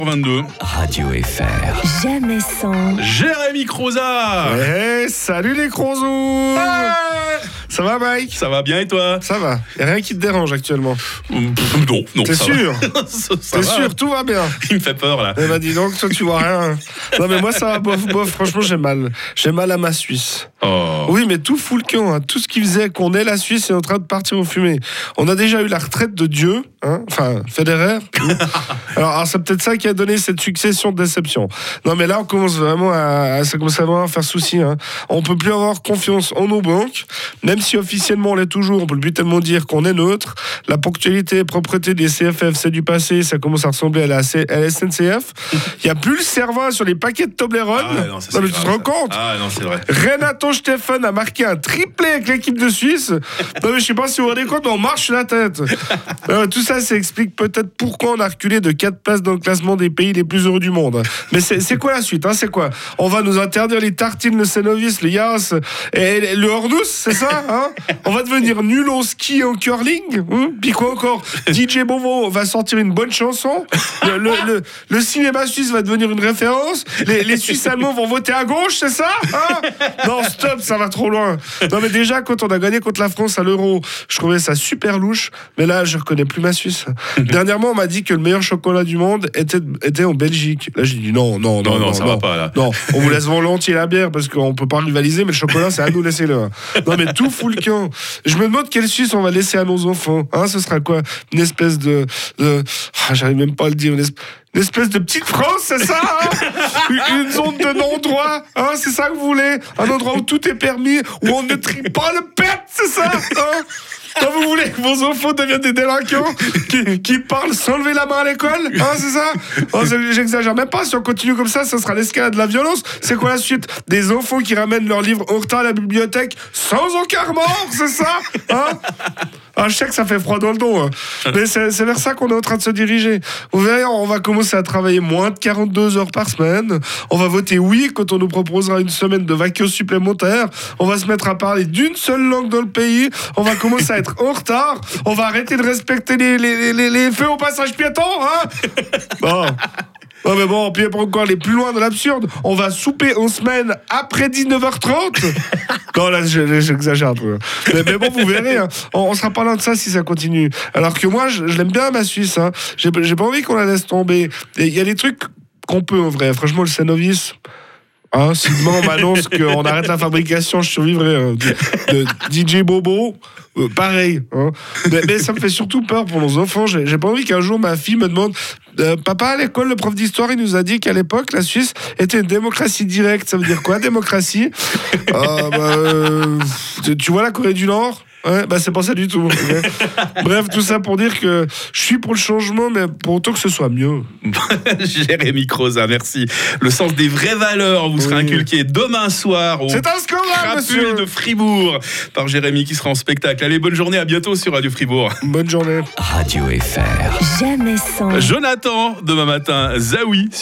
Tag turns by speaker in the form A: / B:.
A: 22.
B: Radio FR.
C: Jamais sans.
A: Jérémy Croza.
D: Hey, salut les crozous. Ça va Mike?
A: Ça va bien et toi?
D: Ça va, y'a rien qui te dérange actuellement?
A: Non,
D: T'es
A: ça
D: sûr?
A: va. Ça
D: T'es
A: va.
D: sûr, tout va bien?
A: Il me fait peur là.
D: Eh ben dis donc, toi tu vois rien. Non mais moi ça va, bof, franchement j'ai mal. J'ai mal à ma Suisse.
A: Oh.
D: Oui mais tout fout le camp, hein. Tout ce qui faisait qu'on ait la Suisse est en train de partir au fumée. On a déjà eu la retraite de Dieu, hein, enfin Federer. alors c'est peut-être ça qui a donné cette succession de déceptions. Non mais là on commence vraiment ça commence à vraiment faire souci. Hein. On peut plus avoir confiance en nos banques, même si officiellement on l'est toujours, on peut plus tellement dire qu'on est neutre. La ponctualité et propreté des CFF c'est du passé, ça commence à ressembler à la SNCF. Il n'y a plus le cervin sur les paquets de Toblerone.
A: Ah ouais, non, ça,
D: non mais
A: c'est
D: tu te
A: grave,
D: rends
A: ça.
D: compte?
A: Ah non, c'est vrai.
D: Renato Steffen a marqué un triplé avec l'équipe de Suisse. Non mais je sais pas si vous vous rendez compte, mais on marche sur la tête. Tout ça, ça explique peut-être pourquoi on a reculé de 4 places dans le classement des pays les plus heureux du monde. Mais c'est quoi la suite, hein? C'est quoi? On va nous interdire les tartines, le Cenovis, le Yas et le Hornous, c'est ça, hein? On va devenir nul au ski et au curling, hein? Puis quoi encore? DJ Bobo va sortir une bonne chanson. Le cinéma suisse va devenir une référence. Les Suisses allemands vont voter à gauche, c'est ça, hein? Non, stop, ça va trop loin. Non, mais déjà, quand on a gagné contre la France à l'Euro, je trouvais ça super louche. Mais là, je reconnais plus ma Suisse. Dernièrement, on m'a dit que le meilleur chocolat du monde était en Belgique. Là, j'ai dit non,
A: ça va pas là.
D: non, on vous laisse volontiers la bière parce qu'on peut pas rivaliser, mais le chocolat, c'est à nous, laissez-le. Non, mais tout fout le camp. Je me demande quelle Suisse on va laisser à nos enfants. Hein, ce sera quoi? Une espèce de... j'arrive même pas à le dire. Une espèce de petite France, c'est ça, hein? Une zone de non-droit, hein? C'est ça que vous voulez? Un endroit où tout est permis, où on ne trie pas le pet, c'est ça, hein? Quand vous voulez que vos enfants deviennent des délinquants qui parlent sans lever la main à l'école, hein, c'est ça? Oh, j'exagère même pas, si on continue comme ça sera l'escalade de la violence. C'est quoi la suite? Des enfants qui ramènent leurs livres en retard à la bibliothèque sans aucun remords, c'est ça, hein? Ah, je sais que ça fait froid dans le dos, hein. Mais c'est vers ça qu'on est en train de se diriger. Vous verrez, on va commencer à travailler moins de 42 heures par semaine. On va voter oui quand on nous proposera une semaine de vacances supplémentaires. On va se mettre à parler d'une seule langue dans le pays. On va commencer à être en retard. On va arrêter de respecter les feux au passage piéton, hein. Bon. Non mais bon, puis pour encore aller plus loin dans l'absurde, on va souper en semaine après 19h30. Non là, j'exagère un peu. Mais bon, vous verrez, hein, on sera pas loin de ça si ça continue. Alors que moi, je l'aime bien ma Suisse. Hein. J'ai pas envie qu'on la laisse tomber. Il y a des trucs qu'on peut en vrai. Franchement, le Cenovis... Hein, si demain on m'annonce qu'on arrête la fabrication, je survivrai. De DJ Bobo, pareil. Hein. Mais ça me fait surtout peur pour nos enfants. J'ai pas envie qu'un jour ma fille me demande papa, à l'école, le prof d'histoire, il nous a dit qu'à l'époque, la Suisse était une démocratie directe. Ça veut dire quoi, démocratie? Tu vois la Corée du Nord? Ouais, c'est pas ça du tout. Okay. Bref, tout ça pour dire que je suis pour le changement, mais pour autant que ce soit mieux.
A: Jérémy Croza, merci. Le sens des vraies valeurs vous sera inculqué demain soir au
D: C'est un scandale, monsieur
A: de Fribourg par Jérémy qui sera en spectacle. Allez, bonne journée, à bientôt sur Radio Fribourg.
D: Bonne journée.
B: Radio FR.
C: Jamais sans.
A: Jonathan, demain matin, Zawi.